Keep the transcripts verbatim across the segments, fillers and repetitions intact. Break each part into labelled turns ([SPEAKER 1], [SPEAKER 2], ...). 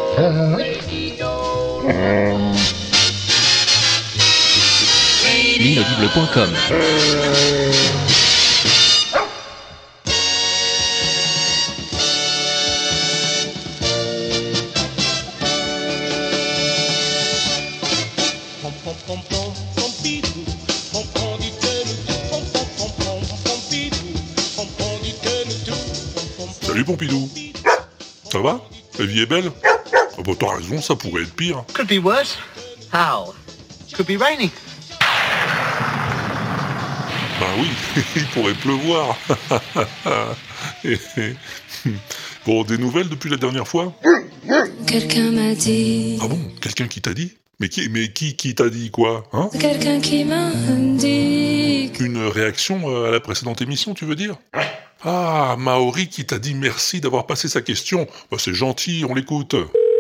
[SPEAKER 1] L'inaudible point com.
[SPEAKER 2] Salut Pompidou. Ça va? La vie est belle? Oh bah t'as raison, ça pourrait être pire.
[SPEAKER 3] Could be worse. How? Could be raining.
[SPEAKER 2] Bah oui, il pourrait pleuvoir. Bon, des nouvelles depuis la dernière fois?
[SPEAKER 4] Quelqu'un m'a dit.
[SPEAKER 2] Ah bon? Quelqu'un qui t'a dit? Mais qui, mais qui, qui t'a dit quoi? Hein?
[SPEAKER 4] Quelqu'un qui m'a dit.
[SPEAKER 2] Une réaction à la précédente émission, tu veux dire? Ah, Maori qui t'a dit merci d'avoir passé sa question. Bah, c'est gentil, on l'écoute.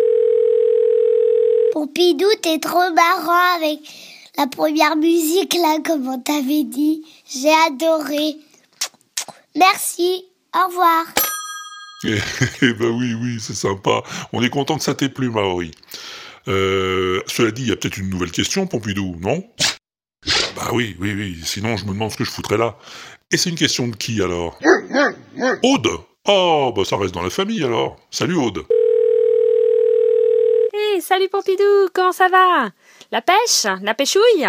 [SPEAKER 5] Pompidou, t'es trop marrant avec la première musique, là, comme on t'avait dit. J'ai adoré. Merci, au revoir.
[SPEAKER 2] Eh, eh ben oui, oui, c'est sympa. On est content que ça t'ait plu, Maori. Euh, cela dit, il y a peut-être une nouvelle question, Pompidou, non? Bah oui, oui, oui, sinon je me demande ce que je foutrais là. Et c'est une question de qui, alors? Aude! Oh, bah ça reste dans la famille, alors. Salut, Aude.
[SPEAKER 6] Hey, salut Pompidou, comment ça va? La pêche? La pêchouille?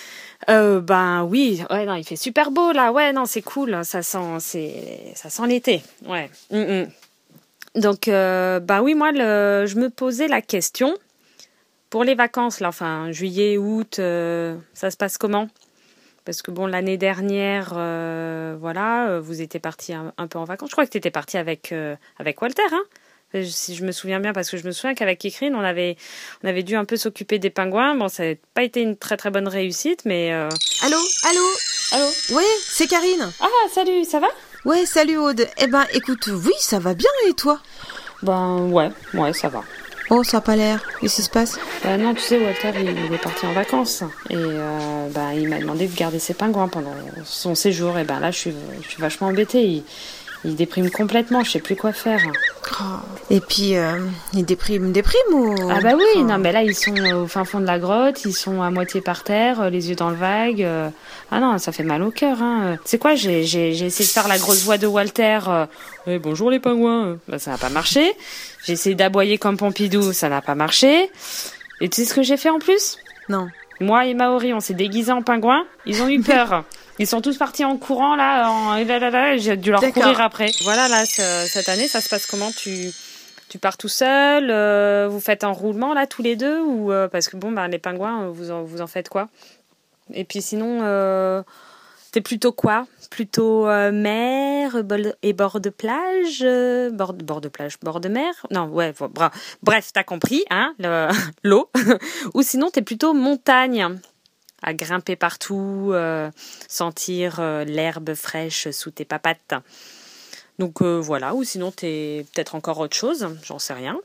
[SPEAKER 6] Euh, ben oui, ouais, non, il fait super beau, là, ouais, non, c'est cool, ça sent, c'est, ça sent l'été, ouais. Mm-mm. Donc, euh, ben oui, moi, le, je me posais la question, pour les vacances, là, enfin, juillet, août, euh, ça se passe comment? Parce que bon, l'année dernière, euh, voilà, vous étiez partis un, un peu en vacances. Je crois que tu étais parti avec, euh, avec Walter, hein, si je me souviens bien, parce que je me souviens qu'avec Kikrine, on avait, on avait dû un peu s'occuper des pingouins. Bon, ça n'a pas été une très très bonne réussite, mais... Euh...
[SPEAKER 7] Allô, allô,
[SPEAKER 6] allô.
[SPEAKER 7] Ouais, c'est Karine.
[SPEAKER 6] Ah, salut, ça va?
[SPEAKER 7] Ouais, salut Aude. Eh ben, écoute, oui, ça va bien, et toi?
[SPEAKER 6] Ben, ouais, ouais, ça va.
[SPEAKER 7] Oh, ça a pas l'air. Qu'est-ce qui se passe?
[SPEAKER 6] Bah non, tu sais, Walter, il, il est parti en vacances. Et euh, bah, il m'a demandé de garder ses pingouins pendant son séjour. Et ben là, je suis, je suis vachement embêtée. Il, il déprime complètement, je sais plus quoi faire.
[SPEAKER 7] Oh. Et puis, euh, il déprime, déprime ou...
[SPEAKER 6] Ah bah oui, oh. Non, mais là, ils sont au fin fond de la grotte. Ils sont à moitié par terre, les yeux dans le vague. Euh... Ah non, ça fait mal au cœur. Hein. Tu sais quoi, j'ai, j'ai, j'ai essayé de faire la grosse voix de Walter. Euh... Eh, bonjour les pingouins. Bah, ça n'a pas marché. J'ai essayé d'aboyer comme Pompidou, ça n'a pas marché. Et tu sais ce que j'ai fait en plus?
[SPEAKER 7] Non.
[SPEAKER 6] Moi et Maori, on s'est déguisés en pingouins. Ils ont eu peur. Ils sont tous partis en courant, là. En... Là, là, là j'ai dû leur D'accord. courir après. Voilà, là, ce, cette année, ça se passe comment? Tu, tu pars tout seul? euh, Vous faites un roulement, là, tous les deux? Ou euh, parce que, bon, bah, les pingouins, vous en, vous en faites quoi? Et puis sinon, euh, t'es plutôt quoi? Plutôt euh, mer et bord de plage, euh, bord, bord de plage, bord de mer. Non, ouais, bra- bref, t'as compris, hein, le, l'eau. Ou sinon, t'es plutôt montagne, à grimper partout, euh, sentir euh, l'herbe fraîche sous tes papates. Donc euh, voilà. Ou sinon, t'es peut-être encore autre chose, j'en sais rien.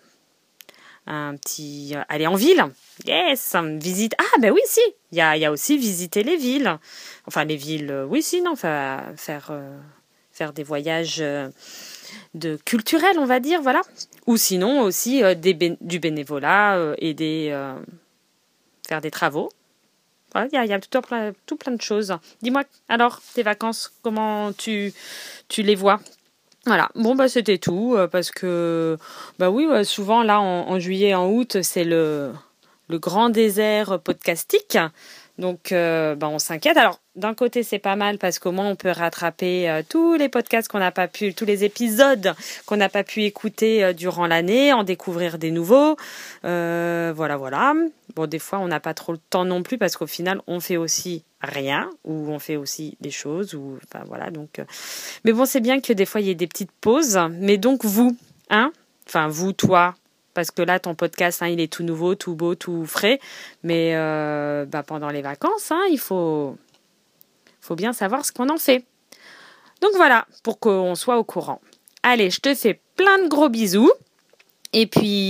[SPEAKER 6] Un petit, euh, aller en ville. Yes, visite. Ah ben oui, si. Il y a, il y a aussi visiter les villes. Enfin les villes, euh, oui, si, non. Enfin, faire, euh, faire des voyages euh, de culturels, on va dire, voilà. Ou sinon aussi euh, des bé- du bénévolat, euh, aider, euh, faire des travaux. Voilà, il y a, il y a tout, plein, tout plein de choses. Dis-moi, alors, tes vacances, comment tu, tu les vois? Voilà, bon bah c'était tout, euh, parce que bah oui, ouais, souvent là en, en juillet, en août, c'est le, le grand désert podcastique, donc euh, bah, on s'inquiète. Alors d'un côté c'est pas mal parce qu'au moins on peut rattraper euh, tous les podcasts qu'on n'a pas pu, tous les épisodes qu'on n'a pas pu écouter euh, durant l'année, en découvrir des nouveaux, euh, voilà voilà. Bon des fois on n'a pas trop le temps non plus parce qu'au final on fait aussi rien, ou on fait aussi des choses, ou enfin voilà donc. Euh... Mais bon, c'est bien que des fois il y ait des petites pauses. Mais donc vous, hein, enfin vous, toi, parce que là ton podcast, hein, il est tout nouveau, tout beau, tout frais. Mais euh, bah, pendant les vacances, hein, il faut, faut bien savoir ce qu'on en fait. Donc voilà, pour qu'on soit au courant. Allez, je te fais plein de gros bisous. Et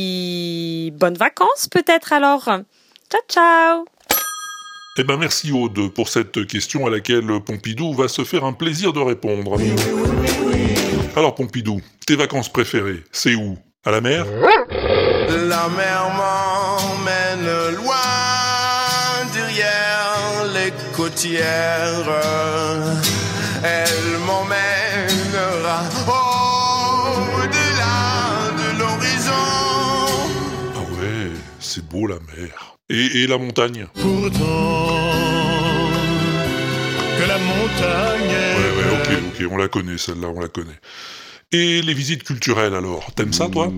[SPEAKER 6] puis bonnes vacances peut-être alors. Ciao ciao.
[SPEAKER 2] Eh ben merci Aude pour cette question à laquelle Pompidou va se faire un plaisir de répondre. Alors Pompidou, tes vacances préférées, c'est où? À la mer?
[SPEAKER 1] La mer m'emmène loin derrière les côtières. Elle m'emmènera au-delà de l'horizon.
[SPEAKER 2] Ah ouais, c'est beau la mer. Et, et la montagne?
[SPEAKER 8] Pourtant que la montagne est...
[SPEAKER 2] Ouais, ouais, ok, ok, on la connaît celle-là, on la connaît. Et les visites culturelles alors, t'aimes ça toi?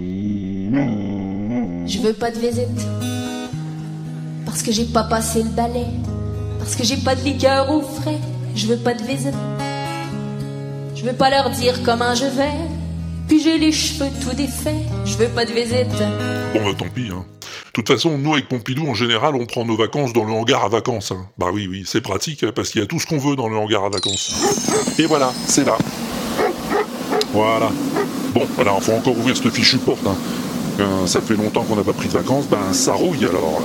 [SPEAKER 9] Je veux pas de visite, parce que j'ai pas passé le balai, parce que j'ai pas de liqueur au frais. Je veux pas de visite, je veux pas leur dire comment je vais, puis j'ai les cheveux tout défaits. Je veux pas de visite.
[SPEAKER 2] Bon bah tant pis, hein. De toute façon, nous avec Pompidou, en général, on prend nos vacances dans le hangar à vacances. Hein. Bah oui, oui, c'est pratique, parce qu'il y a tout ce qu'on veut dans le hangar à vacances. Et voilà, c'est là. Voilà. Bon, alors, faut encore ouvrir cette fichue porte. Hein. Euh, ça fait longtemps qu'on n'a pas pris de vacances, ben ça rouille alors.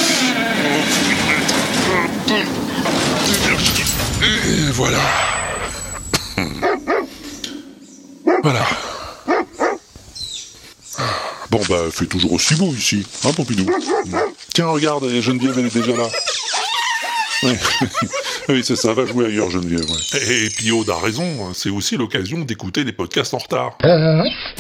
[SPEAKER 2] Et voilà. Voilà. Bon bah, fait toujours aussi beau ici, hein Pompidou? Tiens, regarde, Geneviève, elle est déjà là. Ouais. Oui, c'est ça, va jouer ailleurs, Geneviève. Ouais. Et, et puis Aude a raison, c'est aussi l'occasion d'écouter les podcasts en retard. Euh...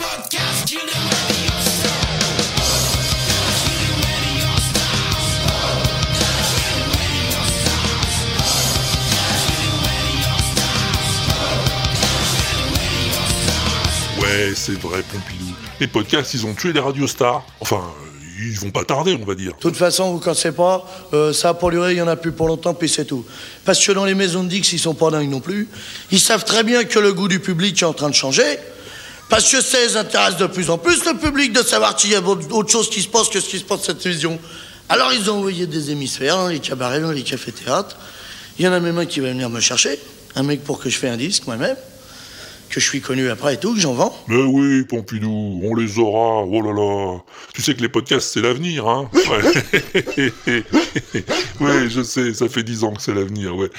[SPEAKER 2] Ouais, c'est vrai, Pompidou. Les podcasts, ils ont tué les radiostars. Enfin, ils vont pas tarder, on va dire.
[SPEAKER 10] De toute façon, vous cassez pas, euh, ça a pas duré, il y en a plus pour longtemps, puis c'est tout. Parce que dans les maisons de Dix, ils sont pas dingues non plus. Ils savent très bien que le goût du public est en train de changer. Parce que ça les intéresse de plus en plus, le public, de savoir qu'il y a autre chose qui se passe que ce qui se passe à cette télévision. Alors, ils ont envoyé des hémisphères, dans les cabarets, dans les cafés-théâtres. Il y en a même un qui va venir me chercher. Un mec pour que je fasse un disque, moi-même. Que je suis connu après et tout, que j'en vends.
[SPEAKER 2] Mais oui, Pompidou, on les aura, oh là là. Tu sais que les podcasts, c'est l'avenir, hein. Ouais. Ouais, je sais, ça fait dix ans que c'est l'avenir, ouais.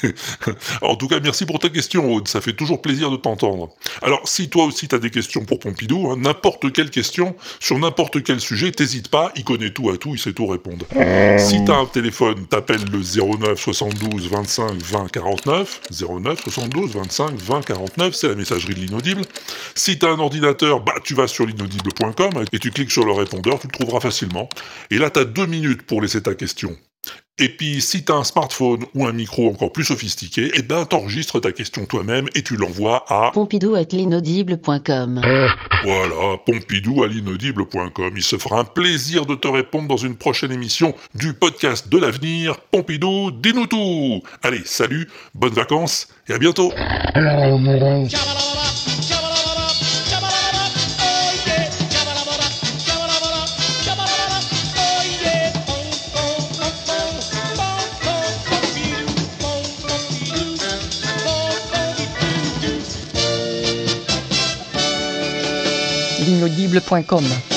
[SPEAKER 2] En tout cas, merci pour ta question, Aude, ça fait toujours plaisir de t'entendre. Alors, si toi aussi t'as des questions pour Pompidou, hein, n'importe quelle question, sur n'importe quel sujet, t'hésites pas, il connaît tout à tout, il sait tout répondre. Si t'as un téléphone, t'appelles le zéro neuf soixante-douze vingt-cinq vingt quarante-neuf, zéro neuf soixante-douze vingt-cinq vingt quarante-neuf, c'est la messagerie de l'inaudible. Si t'as un ordinateur, bah tu vas sur l'inaudible point com et tu cliques sur le répondeur, tu le trouveras facilement. Et là, t'as deux minutes pour laisser ta question. Et puis, si t'as un smartphone ou un micro encore plus sophistiqué, eh ben t'enregistres ta question toi-même et tu l'envoies à
[SPEAKER 11] pompidou arobase l'inaudible point com.
[SPEAKER 2] Voilà, pompidou arobase l'inaudible point com. Il se fera un plaisir de te répondre dans une prochaine émission du podcast de l'avenir. Pompidou, dis-nous tout. Allez, salut, bonnes vacances et à bientôt.
[SPEAKER 11] l'inaudible point com.